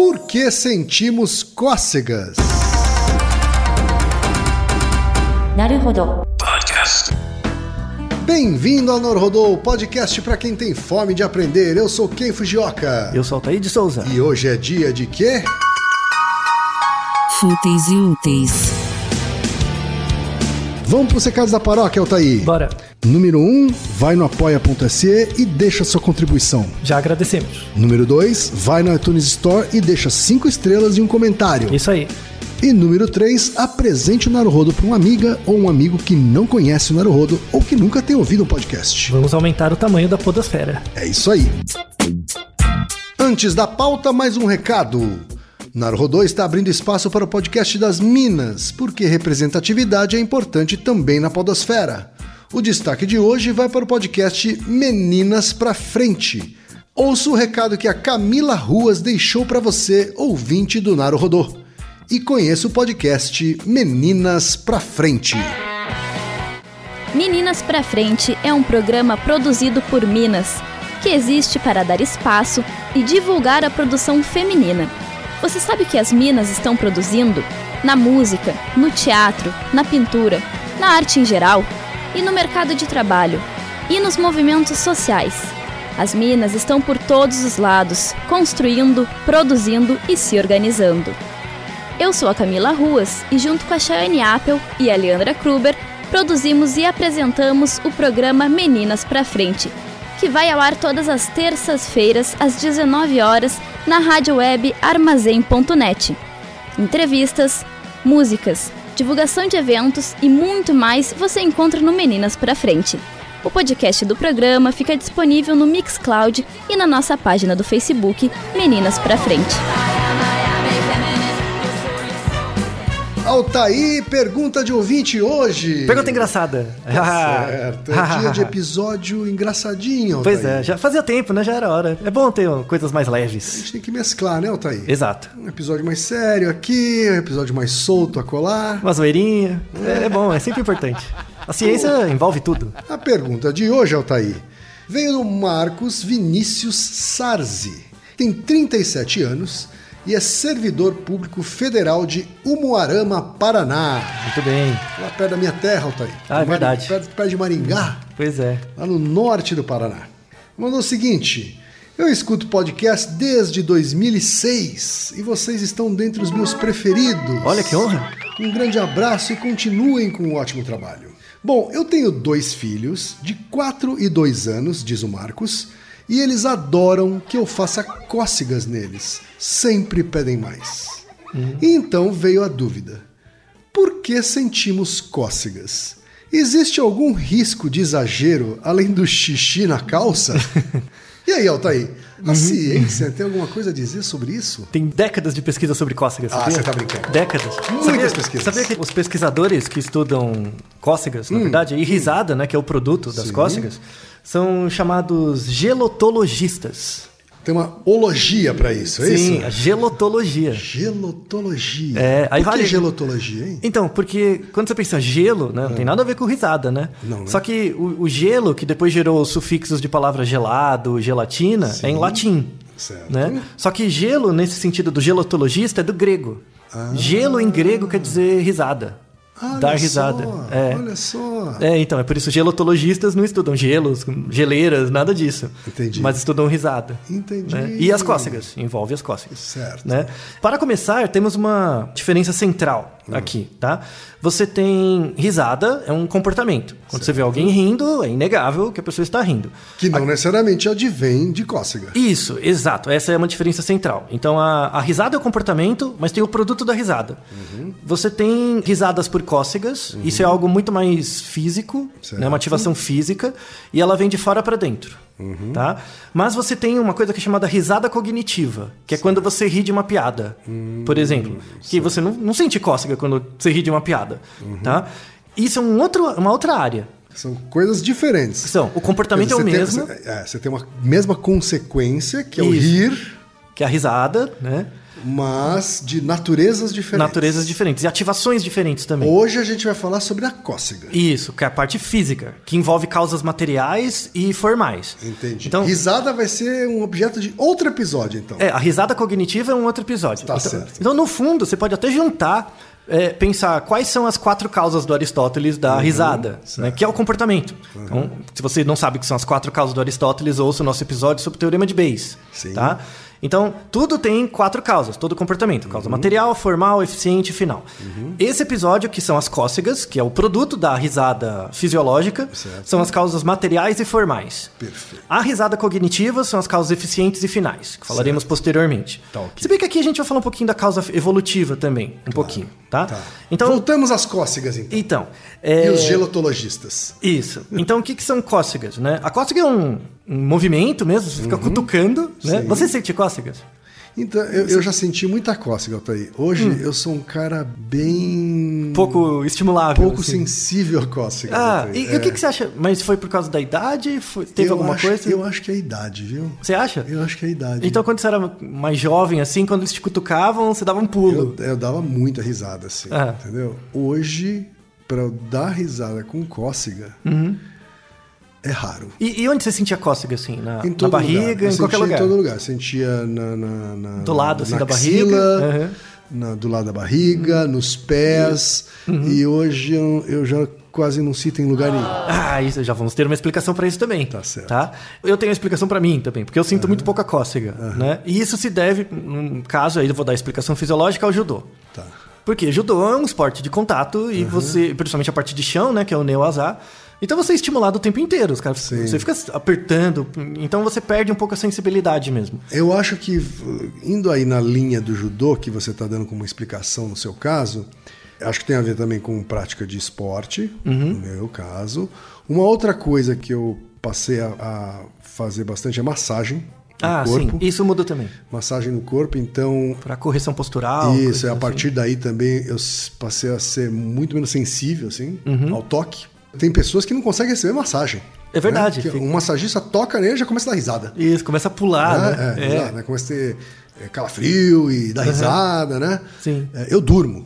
Por que sentimos cócegas? Naruhodo. Bem-vindo ao Naruhodo, podcast para quem tem fome de aprender. Eu sou Ken Fujioka. Eu sou Altair de Souza. E hoje é dia de quê? Fúteis e úteis. Vamos para os recados da paróquia, Altair. Bora. Número 1, vai no apoia.se e deixa sua contribuição. Já agradecemos. Número 2, vai no iTunes Store e deixa 5 estrelas e um comentário. Isso aí. E número 3, apresente o Naruhodo para uma amiga ou um amigo que não conhece o Naruhodo ou que nunca tem ouvido um podcast. Vamos aumentar o tamanho da podosfera. É isso aí. Antes da pauta, mais um recado. Naruhodo está abrindo espaço para o podcast das Minas, porque representatividade é importante também na podosfera. O destaque de hoje vai para o podcast Meninas pra Frente. Ouça o recado que a Camila Ruas deixou para você, ouvinte do Naruhodo. E conheça o podcast Meninas pra Frente. Meninas pra Frente é um programa produzido por Minas, que existe para dar espaço e divulgar a produção feminina. Você sabe o que as Minas estão produzindo? Na música, no teatro, na pintura, na arte em geral e no mercado de trabalho e nos movimentos sociais. As Minas estão por todos os lados, construindo, produzindo e se organizando. Eu sou a Camila Ruas e junto com a Chayane Apple e a Leandra Kruber produzimos e apresentamos o programa Meninas pra Frente, que vai ao ar todas as terças-feiras às 19 horas na rádio web armazém.net. Entrevistas, músicas, divulgação de eventos e muito mais você encontra no Meninas pra Frente. O podcast do programa fica disponível no Mixcloud e na nossa página do Facebook Meninas pra Frente. Altair, pergunta de ouvinte hoje. Pergunta engraçada. Certo, é dia de episódio engraçadinho, Altair. Pois é, já fazia tempo, né? Já era hora. É bom ter coisas mais A leves. gente tem que mesclar, né, Altair? Exato. Um episódio mais sério aqui, um episódio mais solto a colar. Uma zoeirinha. É bom, é sempre importante. A ciência envolve tudo. A pergunta de hoje, Altair, veio do Marcos Vinícius Sarzi. Tem 37 anos e é servidor público federal de Umuarama, Paraná. Muito bem. Lá perto da minha terra, Altair. É verdade. Perto de Maringá. Pois é. Lá no norte do Paraná. Mandou o seguinte: eu escuto podcast desde 2006 e vocês estão dentre os meus preferidos. Olha que honra. Um grande abraço e continuem com um ótimo trabalho. Bom, eu tenho 2 filhos de 4 e 2 anos, diz o Marcos, e eles adoram que eu faça cócegas neles. Sempre pedem mais. E então veio a dúvida: por que sentimos cócegas? Existe algum risco de exagero além do xixi na calça? E aí, Altair, a ciência tem alguma coisa a dizer sobre isso? Tem décadas de pesquisa sobre cócegas, sabia? Você tá brincando. Décadas. Muitas pesquisas. Sabia que os pesquisadores que estudam cócegas, na verdade, e risada, né, que é o produto das cócegas, são chamados gelotologistas. Tem uma ologia pra isso, é isso? Sim, a gelotologia. Gelotologia. Aí Por que gelotologia, hein? Então, porque quando você pensa gelo, né, não tem nada a ver com risada, né? Não, né? Só que o gelo, que depois gerou os sufixos de palavra gelado, gelatina, é em latim. Certo. Né? Só que gelo, nesse sentido do gelotologista, é do grego. Gelo em grego quer dizer risada. Dar risada. Olha só. Então, é por isso gelotologistas não estudam gelos, geleiras, nada disso. Entendi. Mas estudam risada. Entendi. Né? E as cócegas, envolve as cócegas. Certo. Né? Para começar, temos uma diferença central aqui, tá? Você tem risada, é um comportamento. Quando você vê alguém rindo, é inegável que a pessoa está rindo. Que não necessariamente advém de cócega. Isso, exato. Essa é uma diferença central. Então, a risada é o comportamento, mas tem o produto da risada. Você tem risadas por cócegas, isso é algo muito mais físico, né? Uma ativação física, e ela vem de fora para dentro. Tá? Mas você tem uma coisa que é chamada risada cognitiva, que é quando você ri de uma piada, por exemplo. Que você não sente cócega quando você ri de uma piada. Tá? Isso é uma outra área. São coisas diferentes. O comportamento é o mesmo. Você tem uma mesma consequência, que é o rir, que é a risada, né? Mas de naturezas diferentes. Naturezas diferentes e ativações diferentes também. Hoje a gente vai falar sobre a cócega. Isso, que é a parte física, que envolve causas materiais e formais. Entendi. Então, risada vai ser um objeto de outro episódio, então. A risada cognitiva é um outro episódio. Tá então, certo. Então, no fundo, você pode até juntar, pensar quais são as 4 causas do Aristóteles da risada, né, que é o comportamento. Então, se você não sabe o que são as 4 causas do Aristóteles, ouça o nosso episódio sobre o Teorema de Bayes. Sim. Tá? Então, tudo tem 4 causas, todo comportamento. Causa material, formal, eficiente e final. Esse episódio, que são as cócegas, que é o produto da risada fisiológica, Certo. são as causas materiais e formais. Perfeito. A risada cognitiva são as causas eficientes e finais, que falaremos posteriormente. Tá, ok. Se bem que aqui a gente vai falar um pouquinho da causa evolutiva também, pouquinho, tá? Então, Voltamos às cócegas, então. E os gelotologistas. Isso. Então, o que são cócegas, né? A cócega é um movimento mesmo, você fica cutucando, né? Sim. Você sente cócegas? Então, eu já senti muita cócega, Altair. Hoje eu sou um cara bem... Pouco estimulável. Pouco assim. sensível a cócega. E o que você acha? Mas foi por causa da idade? Teve alguma coisa? Eu acho que é a idade, viu? Você acha? Eu acho que é a idade. Então, quando você era mais jovem, assim, quando eles te cutucavam, você dava um pulo. Eu dava muita risada, assim, entendeu? Hoje, pra eu dar risada com cócega, é raro. E onde você sentia cócega, assim? Na Todo barriga, lugar. em qualquer lugar? Em todo lugar. Sentia Do lado, assim, na da axila, barriga? do lado da barriga, nos pés. E hoje eu já quase não sinto em lugar nenhum. Isso, já vamos ter uma explicação para isso também. Tá certo. Tá? Eu tenho uma explicação para mim também, porque eu sinto muito pouca cócega. Né? E isso se deve, num caso, aí eu vou dar a explicação fisiológica, ao judô. Tá. Porque judô é um esporte de contato e você, principalmente a parte de chão, né, que é o neo-azar, então você é estimulado o tempo inteiro, você fica apertando, então você perde um pouco a sensibilidade mesmo. Eu acho que, indo aí na linha do judô, que você está dando como explicação no seu caso, acho que tem a ver também com prática de esporte, no meu caso. Uma outra coisa que eu passei a fazer bastante é massagem no corpo. Sim, isso muda também. Massagem no corpo, então... Para correção postural. Isso, a partir daí também eu passei a ser muito menos sensível, assim, ao toque. Tem pessoas que não conseguem receber massagem. É verdade. Né? Um massagista toca nele e já começa a dar risada. Isso, começa a pular, né? Começa a ter calafrio e dar risada, né? Sim. Eu durmo.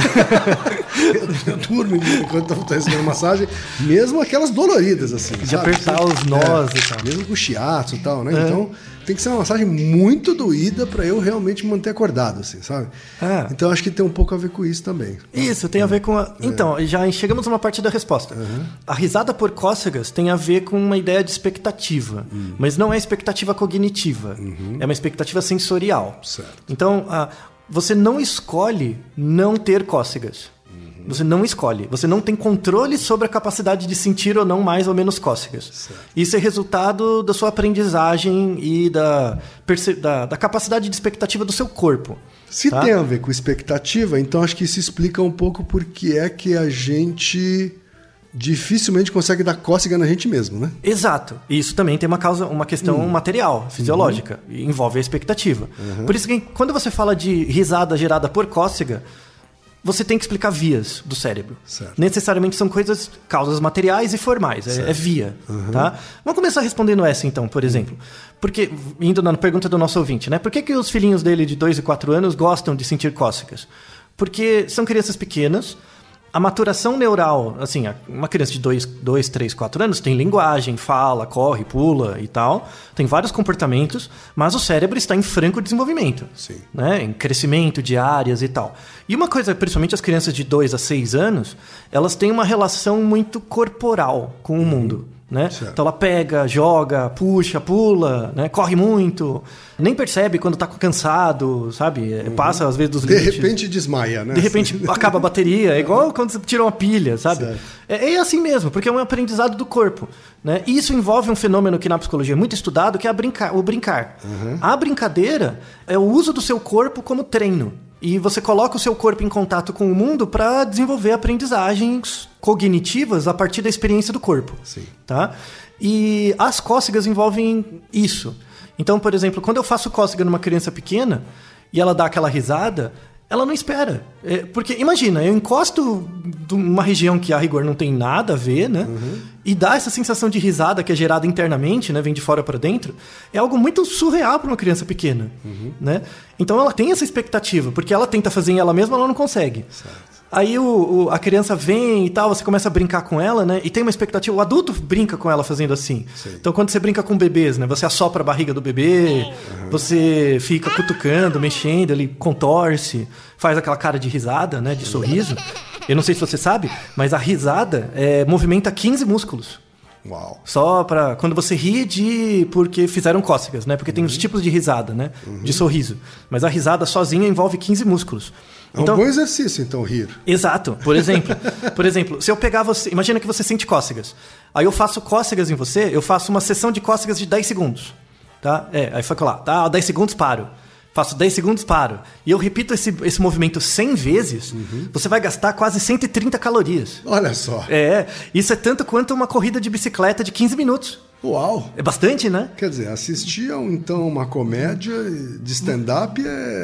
eu durmo enquanto estou recebendo massagem, mesmo aquelas doloridas, assim. De apertar os nós e tal. Mesmo com shiatsu e tal, né? Então, tem que ser uma massagem muito doída para eu realmente me manter acordado, assim, sabe? Então, acho que tem um pouco a ver com isso também. Isso, tem a ver com a... Então, já chegamos numa parte da resposta. A risada por cócegas tem a ver com uma ideia de expectativa, mas não é expectativa cognitiva, é uma expectativa sensorial. Certo. Então, você não escolhe não ter cócegas. Você não escolhe. Você não tem controle sobre a capacidade de sentir ou não mais ou menos cócegas. Certo. Isso é resultado da sua aprendizagem e da capacidade de expectativa do seu corpo. Se tem a ver com expectativa, então acho que isso explica um pouco por que é que a gente dificilmente consegue dar cócega na gente mesmo, né? Exato. Isso também tem uma questão material, fisiológica. Envolve a expectativa. Por isso que quando você fala de risada gerada por cócega, você tem que explicar vias do cérebro. Certo. Necessariamente são causas materiais e formais. É via. Tá? Vamos começar respondendo essa, então, por exemplo. Porque, indo na pergunta do nosso ouvinte, né? Por que os filhinhos dele de 2 e 4 anos gostam de sentir cócegas? Porque são crianças pequenas. A maturação neural, assim, uma criança de 2, 3, 4 anos tem linguagem, fala, corre, pula e tal. Tem vários comportamentos, mas o cérebro está em franco desenvolvimento. Sim. Né? Em crescimento de áreas e tal. E uma coisa, principalmente as crianças de 2 a 6 anos, elas têm uma relação muito corporal com o mundo. Né? Então ela pega, joga, puxa, pula, né? Corre muito, nem percebe quando tá cansado, sabe? Passa às vezes dos limites. De repente desmaia, né? De repente acaba a bateria, é igual quando você tira uma pilha, sabe? É assim mesmo, porque é um aprendizado do corpo. Né? E isso envolve um fenômeno que na psicologia é muito estudado, que é o brincar. A brincadeira é o uso do seu corpo como treino. E você coloca o seu corpo em contato com o mundo para desenvolver aprendizagens cognitivas a partir da experiência do corpo. Sim. Tá? E as cócegas envolvem isso. Então, por exemplo, quando eu faço cócega numa criança pequena e ela dá aquela risada, ela não espera. Porque, imagina, eu encosto numa região que a rigor não tem nada a ver, né? E dá essa sensação de risada que é gerada internamente, né? Vem de fora para dentro. É algo muito surreal para uma criança pequena, né? Então ela tem essa expectativa, porque ela tenta fazer em ela mesma, ela não consegue. Certo. Aí a criança vem e tal, você começa a brincar com ela, né? E tem uma expectativa, o adulto brinca com ela fazendo assim. Sim. Então quando você brinca com bebês, né? Você assopra a barriga do bebê, você fica cutucando, mexendo, ele contorce, faz aquela cara de risada, né? De sorriso. Eu não sei se você sabe, mas a risada movimenta 15 músculos. Uau. Só pra... Quando você ri porque fizeram cócegas, né? Porque tem os tipos de risada, né? De sorriso. Mas a risada sozinha envolve 15 músculos. Então, é um bom exercício, então, rir. Exato. Por exemplo, se eu pegar você... Imagina que você sente cócegas. Aí eu faço cócegas em você, eu faço uma sessão de cócegas de 10 segundos. Tá? Aí fica lá, tá? 10 segundos, paro. Faço 10 segundos, paro. E eu repito esse movimento 100 vezes, você vai gastar quase 130 calorias. Olha só. Isso é tanto quanto uma corrida de bicicleta de 15 minutos. Uau! É bastante, né? Quer dizer, assistir então uma comédia de stand-up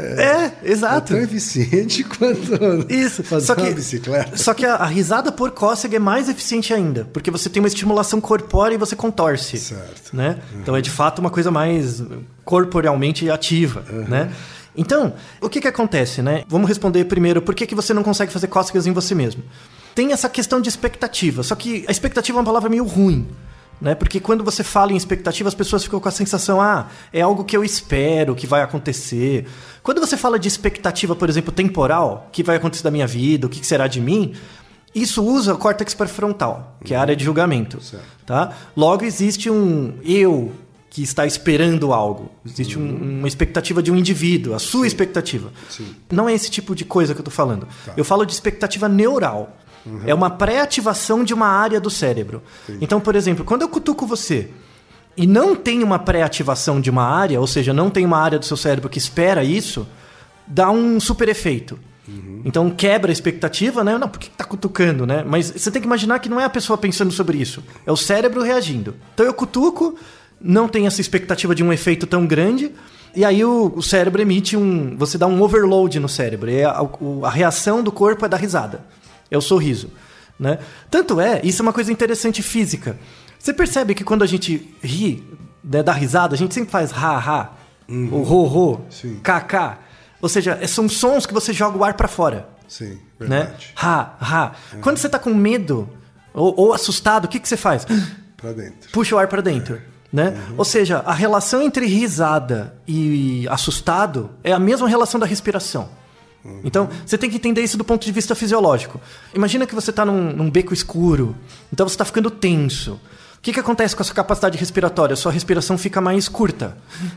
exato. É tão eficiente quanto isso. fazer uma bicicleta. Só que a risada por cócega é mais eficiente ainda, porque você tem uma estimulação corpórea e você contorce. Certo. Né? Então é de fato uma coisa mais corporealmente ativa, né? Então, o que acontece, né? Vamos responder primeiro, por que você não consegue fazer cócegas em você mesmo? Tem essa questão de expectativa, só que a expectativa é uma palavra meio ruim. Né? Porque quando você fala em expectativa, as pessoas ficam com a sensação, é algo que eu espero que vai acontecer. Quando você fala de expectativa, por exemplo, temporal, que vai acontecer da minha vida, o que será de mim, isso usa o córtex pré-frontal, que é a área de julgamento. Tá? Logo, existe um eu que está esperando algo. Existe uma expectativa de um indivíduo, a sua expectativa. Sim. Não é esse tipo de coisa que eu estou falando. Tá. Eu falo de expectativa neural. É uma pré-ativação de uma área do cérebro. Entendi. Então, por exemplo, quando eu cutuco você e não tem uma pré-ativação de uma área, ou seja, não tem uma área do seu cérebro que espera isso, dá um super efeito. Então quebra a expectativa, né? Não, por que tá cutucando, né? Mas você tem que imaginar que não é a pessoa pensando sobre isso, é o cérebro reagindo. Então eu cutuco, não tem essa expectativa de um efeito tão grande, e aí o cérebro emite você dá um overload no cérebro, e a reação do corpo é da risada. É o sorriso, né? Tanto isso é uma coisa interessante física. Você percebe que quando a gente ri, né, dá risada, a gente sempre faz ha-ha, o ro-ro, ka-ka. Ou seja, são sons que você joga o ar pra fora. Sim, verdade. Né? Ha-ha. Quando você tá com medo ou assustado, o que você faz? Pra dentro. Puxa o ar pra dentro. Né? Ou seja, a relação entre risada e assustado é a mesma relação da respiração. Então, você tem que entender isso do ponto de vista fisiológico. Imagina que você está num beco escuro, então você está ficando tenso. O que acontece com a sua capacidade respiratória? A sua respiração fica mais curta.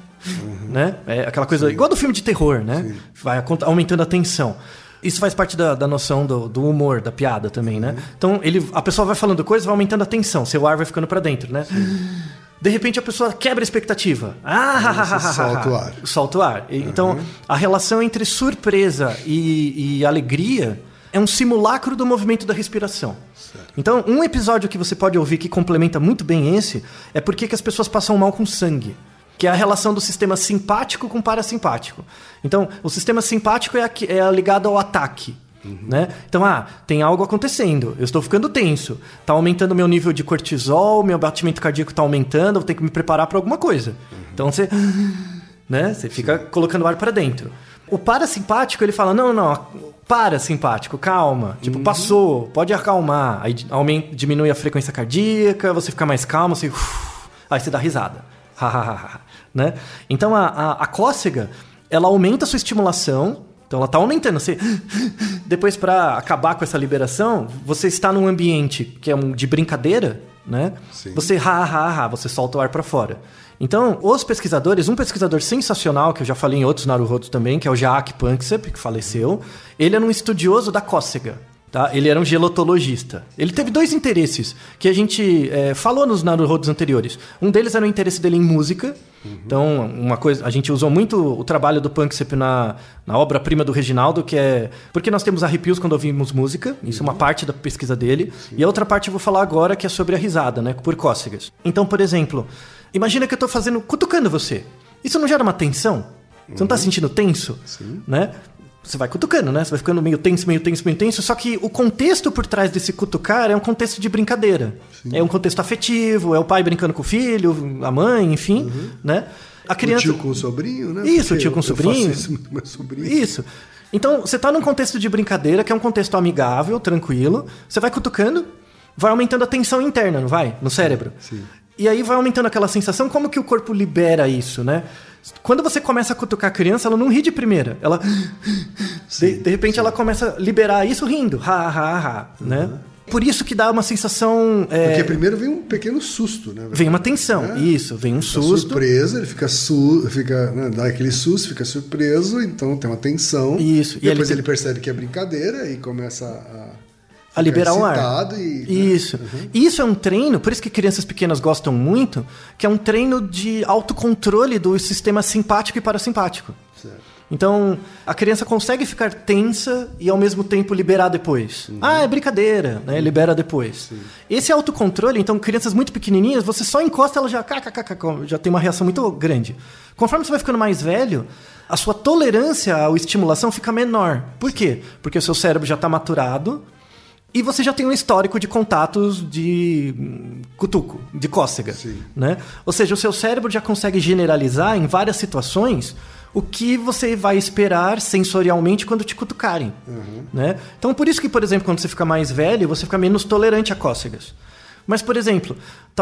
Né? É aquela coisa igual do filme de terror, né? Vai aumentando a tensão. Isso faz parte da noção do humor, da piada também, né? Então, a pessoa vai falando coisas, vai aumentando a tensão, seu ar vai ficando para dentro, né? De repente a pessoa quebra a expectativa. Solta o ar. Solta o ar. Então, a relação entre surpresa e alegria é um simulacro do movimento da respiração. Certo. Então, um episódio que você pode ouvir que complementa muito bem esse é por que as pessoas passam mal com sangue. Que é a relação do sistema simpático com parasimpático. Então, o sistema simpático é ligado ao ataque. Né? Então, tem algo acontecendo, eu estou ficando tenso, está aumentando meu nível de cortisol, meu batimento cardíaco está aumentando, eu vou ter que me preparar para alguma coisa. Então você fica colocando o ar para dentro. O parasimpático, ele fala, não, parasimpático, calma, tipo, passou, pode acalmar, aí diminui a frequência cardíaca, você fica mais calmo, aí você dá risada. Né? Então a cócega, ela aumenta a sua estimulação. Então ela está aumentando. Depois, para acabar com essa liberação, você está num ambiente que é de brincadeira, né? Sim. Você você solta o ar para fora. Então, os pesquisadores, um pesquisador sensacional, que eu já falei em outros Naruhodos também, que é o Jaak Panksepp, que faleceu, ele era um estudioso da cócega. Tá? Ele era um gelotologista. Ele teve 2 interesses que a gente falou nos Naruhodos anteriores. Um deles era o interesse dele em música. Então, uma coisa, a gente usou muito o trabalho do Panksepp na obra-prima do Reginaldo, que é porque nós temos arrepios quando ouvimos música. Isso é uma parte da pesquisa dele. E a outra parte eu vou falar agora, que é sobre a risada, né, por cócegas. Então, por exemplo, imagina que eu estou cutucando você. Isso não gera uma tensão? Você não está se sentindo tenso? Sim. Né? Você vai cutucando, né? Você vai ficando meio tenso, só que o contexto por trás desse cutucar é um contexto de brincadeira. Sim. É um contexto afetivo, é o pai brincando com o filho, a mãe, enfim, né? A criança... O tio com o sobrinho, né? Isso, o tio com o sobrinho. Eu faço isso com meu sobrinho. Isso. Então, você tá num contexto de brincadeira, que é um contexto amigável, tranquilo. Você vai cutucando, vai aumentando a tensão interna, não vai? No cérebro. Sim. E aí vai aumentando aquela sensação, como que o corpo libera isso, né? Quando você começa a cutucar a criança, ela não ri de primeira. Ela... de repente, ela começa a liberar isso rindo. Né? Por isso que dá uma sensação... Porque primeiro vem um pequeno susto, né? Vem uma tensão, isso. Vem um susto. Surpreso, ele fica né, dá aquele susto, fica surpreso, então tem uma tensão. Isso. E depois ele percebe que é brincadeira e começa a liberar um ar. Isso. Uhum. Isso é um treino, por isso que crianças pequenas gostam muito, que é um treino de autocontrole do sistema simpático e parasimpático. Certo. Então, a criança consegue ficar tensa e ao mesmo tempo liberar depois. Uhum. É brincadeira, né? Libera depois. Sim. Esse autocontrole, então, crianças muito pequenininhas, você só encosta, ela já tem uma reação muito grande. Conforme você vai ficando mais velho, a sua tolerância à estimulação fica menor. Por quê? Porque o seu cérebro já está maturado, e você já tem um histórico de contatos de cutuco, de cócega. Né? Ou seja, o seu cérebro já consegue generalizar em várias situações o que você vai esperar sensorialmente quando te cutucarem. Uhum. Né? Então, por isso que, por exemplo, quando você fica mais velho, você fica menos tolerante a cócegas. Mas, por exemplo,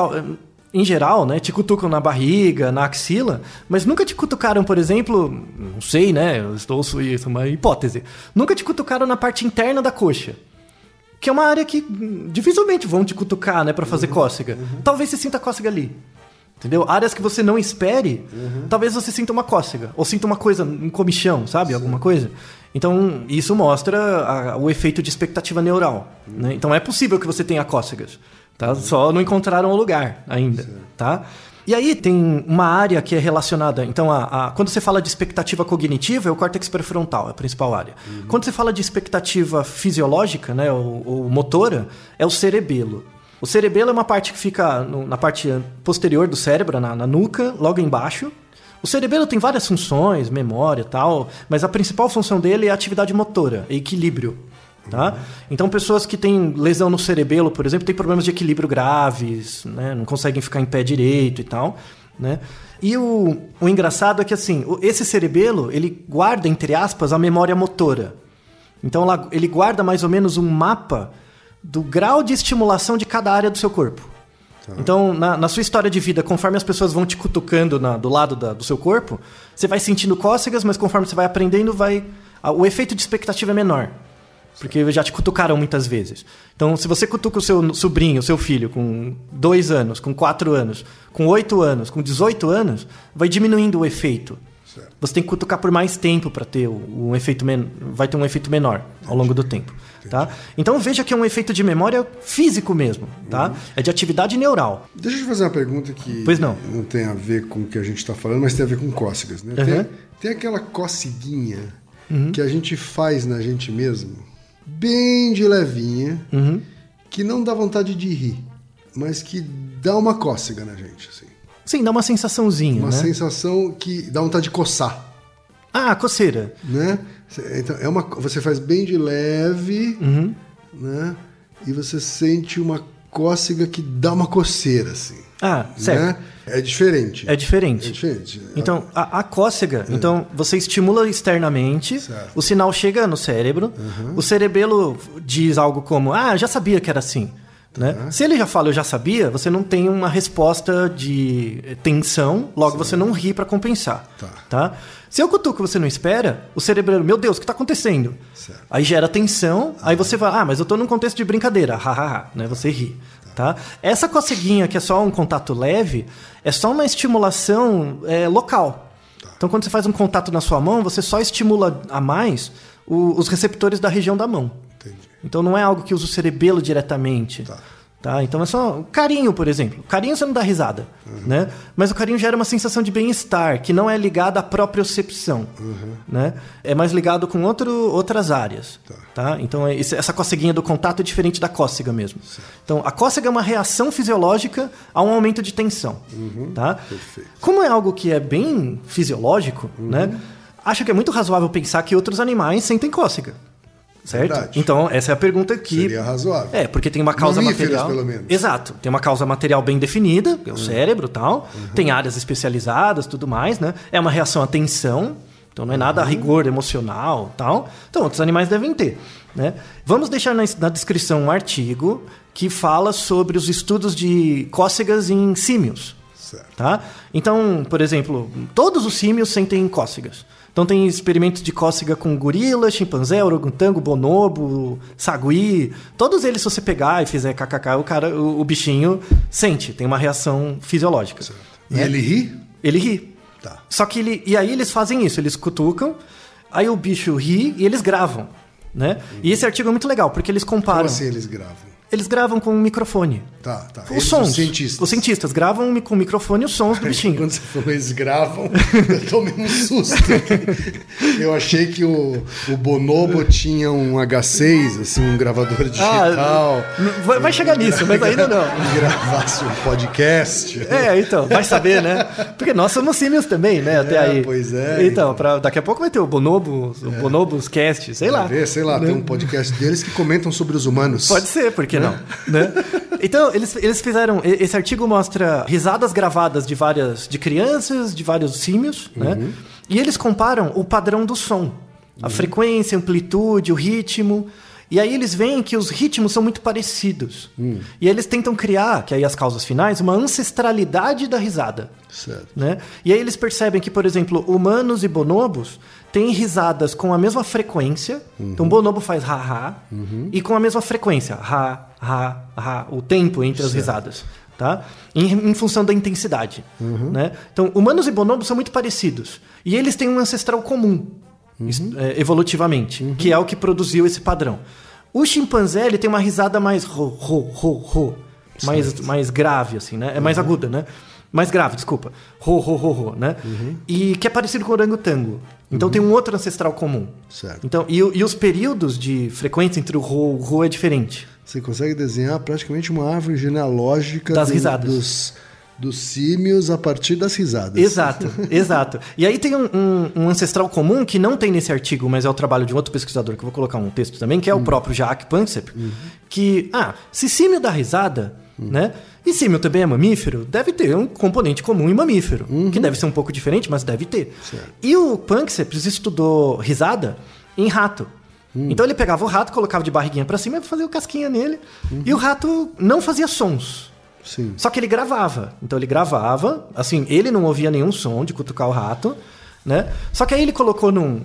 em geral, né, te cutucam na barriga, na axila, mas nunca te cutucaram, por exemplo, não sei, né? Isso é uma hipótese. Nunca te cutucaram na parte interna da coxa. Que é uma área que dificilmente vão te cutucar, né, para fazer cócega. Talvez você sinta cócega ali. Entendeu? Áreas que você não espere, talvez você sinta uma cócega. Ou sinta uma coisa, um comichão, sabe? Sim. Alguma coisa. Então, isso mostra o efeito de expectativa neural. Né? Então, é possível que você tenha cócegas. Tá? Só não encontraram o lugar ainda. Tá? E aí tem uma área que é relacionada... Então, quando você fala de expectativa cognitiva, é o córtex pré-frontal, é a principal área. Quando você fala de expectativa fisiológica, né, ou motora, é o cerebelo. O cerebelo é uma parte que fica na parte posterior do cérebro, na nuca, logo embaixo. O cerebelo tem várias funções, memória e tal, mas a principal função dele é a atividade motora, é equilíbrio. Tá? Então, pessoas que têm lesão no cerebelo, por exemplo, têm problemas de equilíbrio graves, né? Não conseguem ficar em pé direito e tal. Né? E o engraçado é que assim, esse cerebelo, ele guarda, entre aspas, a memória motora. Então, ele guarda mais ou menos um mapa do grau de estimulação de cada área do seu corpo. Tá. Então, na sua história de vida, conforme as pessoas vão te cutucando do lado do seu corpo, você vai sentindo cócegas, mas conforme você vai aprendendo, o efeito de expectativa é menor. Porque já te cutucaram muitas vezes. Então, se você cutuca o seu sobrinho, o seu filho, com 2 anos, com 4 anos, com 8 anos, com 18 anos, vai diminuindo o efeito. Certo. Você tem que cutucar por mais tempo para ter um efeito vai ter um efeito menor ao longo do tempo. Tá? Então, veja que é um efeito de memória físico mesmo. Tá? É de atividade neural. Deixa eu te fazer uma pergunta que não tem a ver com o que a gente está falando, mas tem a ver com cócegas. Né? Tem aquela coceguinha que a gente faz na gente mesmo, bem de levinha, que não dá vontade de rir, mas que dá uma cócega na gente, assim. Sim, dá uma sensaçãozinha, uma sensação que dá vontade de coçar. Ah, coceira. Né? Então, você faz bem de leve, né? E você sente uma cócega que dá uma coceira, assim. Ah, certo. Né? É diferente. É diferente. Então, a cócega, então você estimula externamente, certo. O sinal chega no cérebro, o cerebelo diz algo como, já sabia que era assim. Né? Se ele já fala, eu já sabia, você não tem uma resposta de tensão, logo você não ri para compensar. Tá? Se eu cutuco você não espera, o cerebro, meu Deus, o que está acontecendo? Certo. Aí gera tensão, aí você vai, mas eu estou num contexto de brincadeira, né? Você ri. Tá? Essa coceguinha, que é só um contato leve, é só uma estimulação local. Então, quando você faz um contato na sua mão, você só estimula a mais os receptores da região da mão. Entendi. Então, não é algo que usa o cerebelo diretamente. Tá? Então, é só carinho, por exemplo. Carinho você não dá risada. Né? Mas o carinho gera uma sensação de bem-estar, que não é ligada à propriocepção. Né? É mais ligado com outras áreas. Tá? Então, essa coceguinha do contato é diferente da cócega mesmo. Certo. Então, a cócega é uma reação fisiológica a um aumento de tensão. Tá? Perfeito. Como é algo que é bem fisiológico, né? acho que é muito razoável pensar que outros animais sentem cócega. Certo? Verdade. Então, essa é a pergunta que... Seria razoável. Porque tem uma causa Mamíferos, material... pelo menos. Exato. Tem uma causa material bem definida, que é o cérebro e tal. Tem áreas especializadas, tudo mais, né? É uma reação à tensão, então não é nada a rigor emocional e tal. Então, outros animais devem ter, né? Vamos deixar na descrição um artigo que fala sobre os estudos de cócegas em símios. Certo. Tá? Então, por exemplo, todos os símios sentem cócegas. Então tem experimentos de cócega com gorila, chimpanzé, orangotango, bonobo, sagui. Todos eles, se você pegar e fizer kkk, o bichinho sente, tem uma reação fisiológica. Certo. Né? E ele ri? Ele ri. Tá. Só que e aí eles fazem isso, eles cutucam, aí o bicho ri e eles gravam. Né? E esse artigo é muito legal, porque eles comparam... Como assim eles gravam? Eles gravam com um microfone. Tá. Os sons. Os cientistas gravam com o microfone os sons do bichinho. Quando você falou eles gravam, eu tomei um susto. Eu achei que o bonobo tinha um H6, assim, um gravador digital. Vai chegar nisso, mas ainda não. Gravasse um podcast. Então, vai saber, né? Porque nós somos símios também, né? Até aí. Pois é. Então, daqui a pouco vai ter o Bonobos Cast, sei lá. Sei lá, tem um podcast deles que comentam sobre os humanos. Pode ser, porque não, né? Então, eles fizeram... Esse artigo mostra risadas gravadas de crianças, de vários símios, né? E eles comparam o padrão do som. A frequência, a amplitude, o ritmo. E aí eles veem que os ritmos são muito parecidos. E eles tentam criar, que aí as causas finais, uma ancestralidade da risada. Certo. Né? E aí eles percebem que, por exemplo, humanos e bonobos têm risadas com a mesma frequência. Então, o bonobo faz ha-ha e com a mesma frequência. Ha-ha-ha, o tempo entre as risadas. Tá? Em função da intensidade. Né? Então, humanos e bonobos são muito parecidos. E eles têm um ancestral comum, evolutivamente, que é o que produziu esse padrão. O chimpanzé ele tem uma risada mais ro, mais grave, assim, né? É mais aguda, né? Mais grave, desculpa. Ro, né? E que é parecido com o orangotango. Então tem um outro ancestral comum. Certo. Então, e os períodos de frequência entre o ro é diferente. Você consegue desenhar praticamente uma árvore genealógica das risadas. Dos símios a partir das risadas. Exato. E aí tem um ancestral comum que não tem nesse artigo, mas é o trabalho de um outro pesquisador, que eu vou colocar um texto também, que é o próprio Jacques Panksepp, que, se símio dá risada, né? E símio também é mamífero, deve ter um componente comum em mamífero, que deve ser um pouco diferente, mas deve ter. Certo. E o Panksepp estudou risada em rato. Então ele pegava o rato, colocava de barriguinha pra cima e fazia o casquinha nele, e o rato não fazia sons. Sim. Só que ele gravava. Então ele gravava, assim, ele não ouvia nenhum som de cutucar o rato, né? Só que aí ele colocou num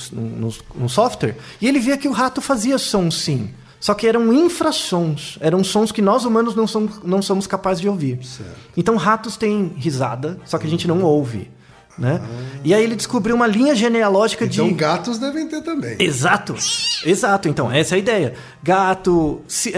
software e ele via que o rato fazia som, sim. Só que eram infrassons, eram sons que nós humanos não somos capazes de ouvir. Certo. Então ratos têm risada, só que a gente não ouve. Né? E aí ele descobriu uma linha genealógica então, gatos devem ter também. Exato. Então, essa é a ideia. Gato,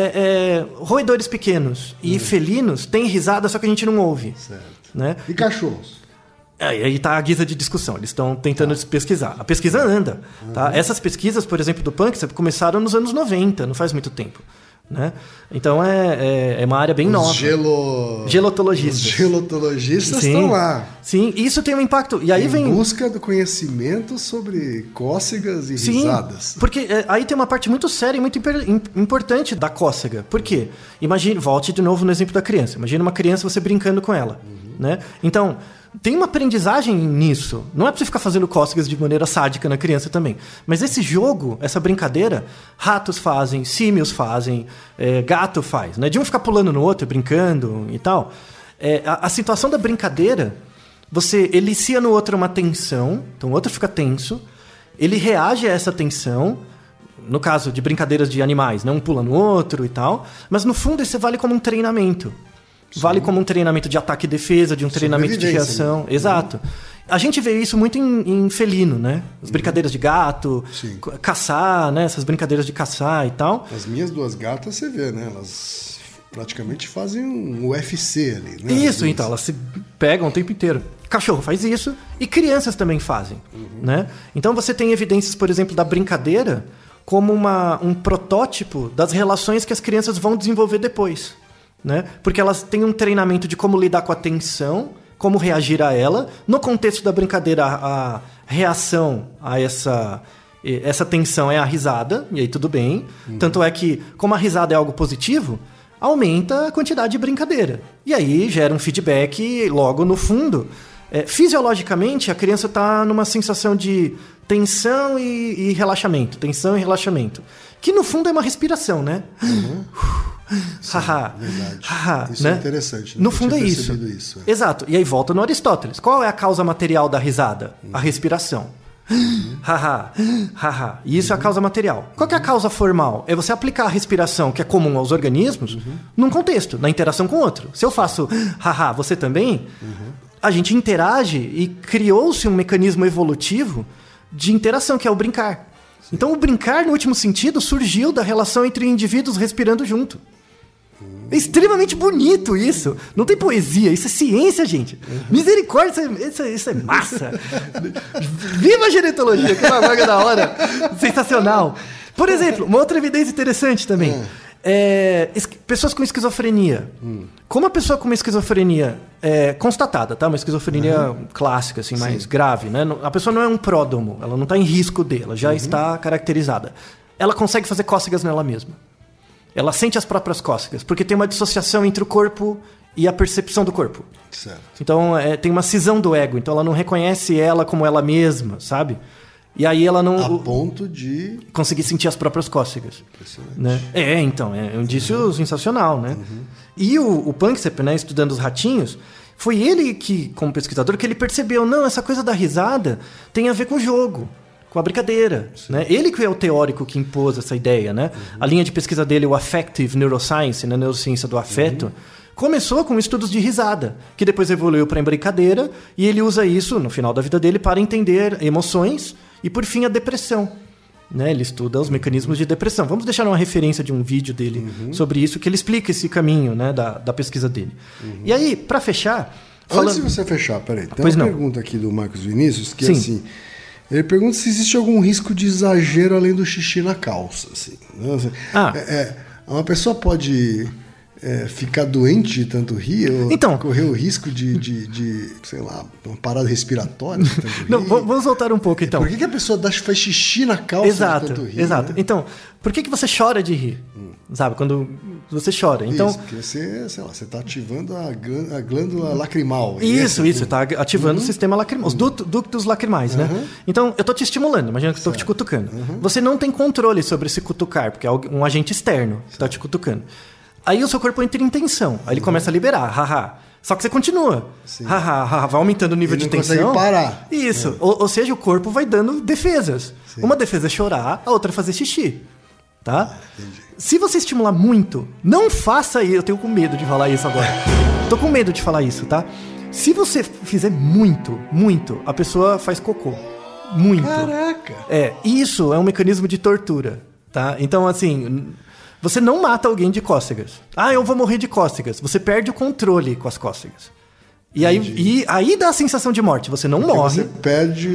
roedores pequenos e felinos têm risada, só que a gente não ouve. Certo. Né? E cachorros? Aí tá a guisa de discussão. Eles estão tentando pesquisar. A pesquisa anda. Tá? Essas pesquisas, por exemplo, do Panksepp, começaram nos anos 90, não faz muito tempo. Né? Então é uma área bem nova. Gelotologistas. Os gelotologistas estão lá. Sim, isso tem um impacto. E aí em busca do conhecimento sobre cócegas e risadas. Porque aí tem uma parte muito séria e muito importante da cócega. Por quê? Imagine, volte de novo no exemplo da criança. Imagine uma criança você brincando com ela. Né? Então, tem uma aprendizagem nisso. Não é pra você ficar fazendo cócegas de maneira sádica na criança também. Mas esse jogo, essa brincadeira, ratos fazem, símios fazem, gato faz. Né? De um ficar pulando no outro, brincando e tal. A situação da brincadeira, você elicia no outro uma tensão. Então o outro fica tenso. Ele reage a essa tensão. No caso de brincadeiras de animais, né? Um pula no outro e tal. Mas no fundo isso vale como um treinamento. Vale como um treinamento de ataque e defesa, de um treinamento de reação. Né? Exato. A gente vê isso muito em felino, né? As brincadeiras de gato, caçar, né? Essas brincadeiras de caçar e tal. As minhas duas gatas, você vê, né? Elas praticamente fazem um UFC ali, né? Isso, então. Elas se pegam o tempo inteiro. Cachorro faz isso e crianças também fazem, né? Então você tem evidências, por exemplo, da brincadeira como um protótipo das relações que as crianças vão desenvolver depois. Né? Porque elas têm um treinamento de como lidar com a tensão, como reagir a ela. No contexto da brincadeira, reação a essa tensão é a risada, e aí tudo bem. Tanto é que, como a risada é algo positivo, aumenta a quantidade de brincadeira. E aí gera um feedback logo no fundo. Fisiologicamente, a criança está numa sensação de tensão e relaxamento. Tensão e relaxamento. Que no fundo é uma respiração, né? Sim, verdade. Isso né? é interessante. No fundo é isso. Exato. E aí volta no Aristóteles. Qual é a causa material da risada? A respiração. E isso é a causa material. Qual que é a causa formal? É você aplicar a respiração, que é comum aos organismos, num contexto, na interação com o outro. Se eu faço você também, a gente interage e criou-se um mecanismo evolutivo de interação, que é o brincar. Então o brincar, no último sentido, surgiu da relação entre indivíduos respirando junto. É extremamente bonito isso. Não tem poesia, isso é ciência, gente. Misericórdia, isso é massa. Viva a genetologia, que é uma vaga da hora. Sensacional. Por exemplo, uma outra evidência interessante também. Pessoas com esquizofrenia. Como a pessoa com uma esquizofrenia constatada, tá? Uma esquizofrenia clássica, assim, mais grave, né? A pessoa não é um pródomo, ela não está em risco dela, já está caracterizada. Ela consegue fazer cócegas nela mesma. Ela sente as próprias cócegas, porque tem uma dissociação entre o corpo e a percepção do corpo. Certo. Então, tem uma cisão do ego. Então, ela não reconhece ela como ela mesma, sabe? E aí ela não... A ponto de... conseguir sentir as próprias cócegas. Impressionante. Né? Então, é um indício sensacional, né? E o Panksepp, né, estudando os ratinhos, foi ele que, como pesquisador, que ele percebeu, não, essa coisa da risada tem a ver com o jogo, com a brincadeira, né? Ele que é o teórico que impôs essa ideia, né? A linha de pesquisa dele, o Affective Neuroscience, né? Neurociência do afeto, começou com estudos de risada, que depois evoluiu para a brincadeira, e ele usa isso, no final da vida dele, para entender emoções e, por fim, a depressão. Né? Ele estuda os mecanismos de depressão. Vamos deixar uma referência de um vídeo dele sobre isso, que ele explica esse caminho, né, da pesquisa dele. E aí, para fechar... Antes de você fechar, peraí. Tem uma pergunta aqui do Marcos Vinícius, que é assim... Ele pergunta se existe algum risco de exagero além do xixi na calça. Assim, né? Uma pessoa pode ficar doente de tanto rir? Ou correr o risco de sei lá, uma parada respiratória de tanto rir? Não, vamos voltar um pouco, então. Por que a pessoa faz xixi na calça de tanto rir? Exato. Né? Então, por que você chora de rir? Sabe, quando você chora. Então, isso, porque você está ativando a glândula lacrimal. Isso, você está ativando o sistema lacrimal, os ductos lacrimais, né? Então, eu estou te estimulando, imagina que eu estou te cutucando. Você não tem controle sobre esse cutucar, porque é um agente externo que está te cutucando. Aí o seu corpo entra em tensão, aí ele começa a liberar, Só que você continua. Vai aumentando o nível de tensão. Não consegue parar. Isso. Ou seja, o corpo vai dando defesas. Sim. Uma defesa é chorar, a outra é fazer xixi. Tá? Se você estimular muito, não faça isso. Eu tenho com medo de falar isso agora. Tô com medo de falar isso, tá? Se você fizer muito, a pessoa faz cocô. Muito. Caraca! Isso é um mecanismo de tortura, tá? Então, assim, você não mata alguém de cócegas. Eu vou morrer de cócegas. Você perde o controle com as cócegas. E aí dá a sensação de morte. Você não morre. Você perde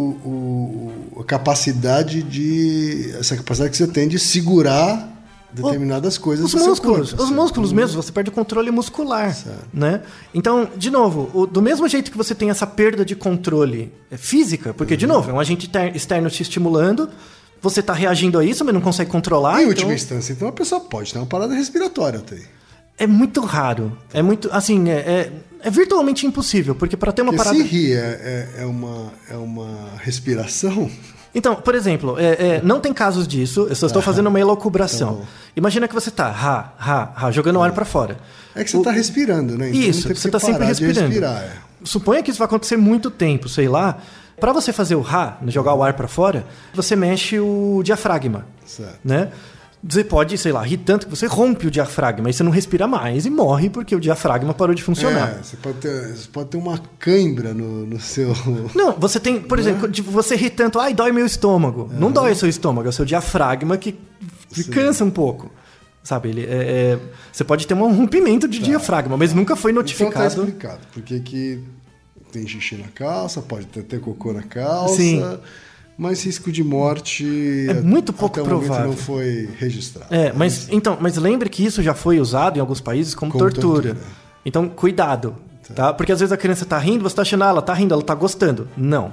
a capacidade essa capacidade que você tem de segurar determinadas coisas os músculos, corpo, os músculos mesmo, você perde o controle muscular, né? Então, de novo, do mesmo jeito que você tem essa perda de controle física, porque de novo, é um agente externo te estimulando, você está reagindo a isso, mas não consegue controlar. Em última instância, então a pessoa pode ter uma parada respiratória até. É muito raro, é muito, assim, é virtualmente impossível, porque para ter uma parada... Se rir é uma respiração... Então, por exemplo, não tem casos disso, eu só estou fazendo uma elocubração. Tá. Imagina que você está jogando o ar para fora. É que você está respirando, né? Então isso, você está sempre respirando. Suponha que isso vai acontecer muito tempo, sei lá. Para você fazer o jogar o ar para fora, você mexe o diafragma, né? Você pode, sei lá, rir tanto que você rompe o diafragma, aí você não respira mais e morre porque o diafragma parou de funcionar. Você pode ter uma cãibra no seu... Não, você tem, por exemplo, você ri tanto, dói meu estômago. Não dói o seu estômago, é o seu diafragma que cansa um pouco. Sabe, você pode ter um rompimento de diafragma, mas nunca foi notificado. Então tá explicado. Por que tem xixi na calça, pode ter cocô na calça... Sim. Mas risco de morte é muito pouco até provável. Não foi registrado. Mas lembre que isso já foi usado em alguns países como tortura. Então, cuidado, tá? Porque às vezes a criança está rindo, você está achando, ela está rindo, ela está gostando. Não.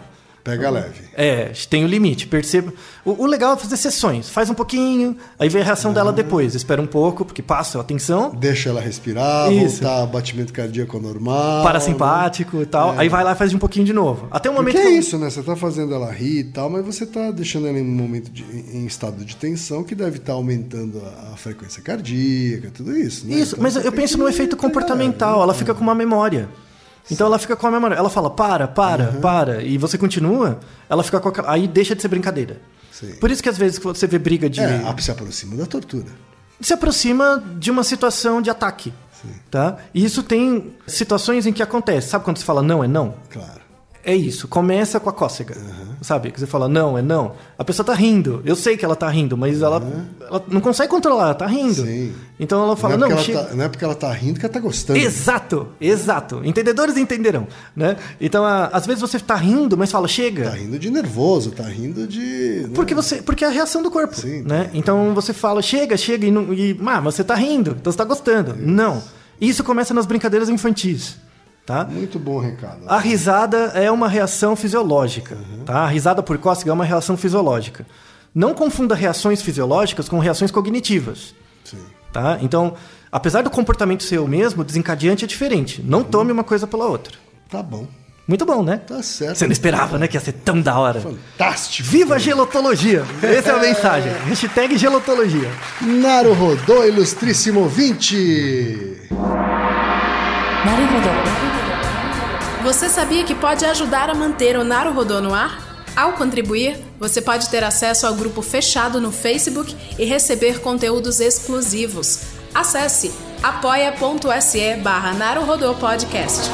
Pega leve. Tem o limite, perceba. O legal é fazer sessões. Faz um pouquinho, aí vê a reação dela depois. Espera um pouco, porque passa a atenção. Deixa ela respirar, voltar batimento cardíaco normal. Parasimpático e tal. Aí vai lá e faz um pouquinho de novo. Até o momento porque é isso, né? Você tá fazendo ela rir e tal, mas você tá deixando ela em um momento em estado de tensão que deve estar aumentando a frequência cardíaca, tudo isso, né? Isso, então, mas eu penso no efeito comportamental. Ela fica com uma memória. Então ela fica com a memória. Ela fala, para. E você continua, ela fica com aí deixa de ser brincadeira. Sim. Por isso que às vezes você vê briga de... se aproxima da tortura. Se aproxima de uma situação de ataque. Sim. Tá? E isso tem situações em que acontece. Sabe quando você fala não é não? Claro. É isso, começa com a cócega, sabe? Que você fala, não, é não. A pessoa tá rindo, eu sei que ela tá rindo, mas ela não consegue controlar, ela tá rindo. Sim. Então ela fala, não é porque ela tá rindo que ela tá gostando. Exato. Entendedores entenderão, né? Então, às vezes você tá rindo, mas fala, chega. Tá rindo de nervoso, tá rindo de... Né? Porque é a reação do corpo, sim, né? Então você fala, chega, mas você tá rindo, então você tá gostando. Isso. Não. Isso começa nas brincadeiras infantis. Tá? Muito bom recado. A risada é uma reação fisiológica. Tá? A risada por cócega é uma reação fisiológica. Não confunda reações fisiológicas com reações cognitivas. Sim. Tá? Então, apesar do comportamento ser o mesmo, o desencadeante é diferente. Não tome uma coisa pela outra. Tá bom. Muito bom, né? Tá certo. Você não esperava, né? Que ia ser tão da hora. Fantástico. Viva a gelotologia! Essa é a mensagem. Hashtag gelotologia. Naruhodô, ilustríssimo ouvinte. Naruhodô. Você sabia que pode ajudar a manter o Naruhodô no ar? Ao contribuir, você pode ter acesso ao grupo fechado no Facebook e receber conteúdos exclusivos. Acesse apoia.se/Naruhodô Podcast.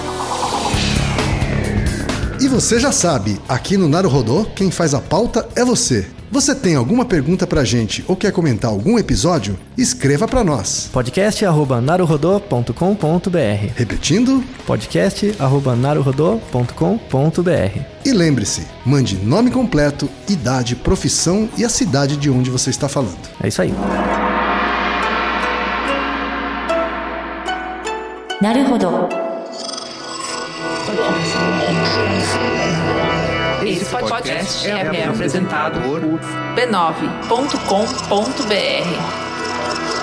E você já sabe, aqui no Naruhodô, quem faz a pauta é você. Você tem alguma pergunta pra gente ou quer comentar algum episódio? Escreva pra nós. podcast@naruhodô.com.br. Repetindo? podcast@naruhodô.com.br. E lembre-se, mande nome completo, idade, profissão e a cidade de onde você está falando. É isso aí. Naruhodô. Esse podcast é apresentado por b9.com.br.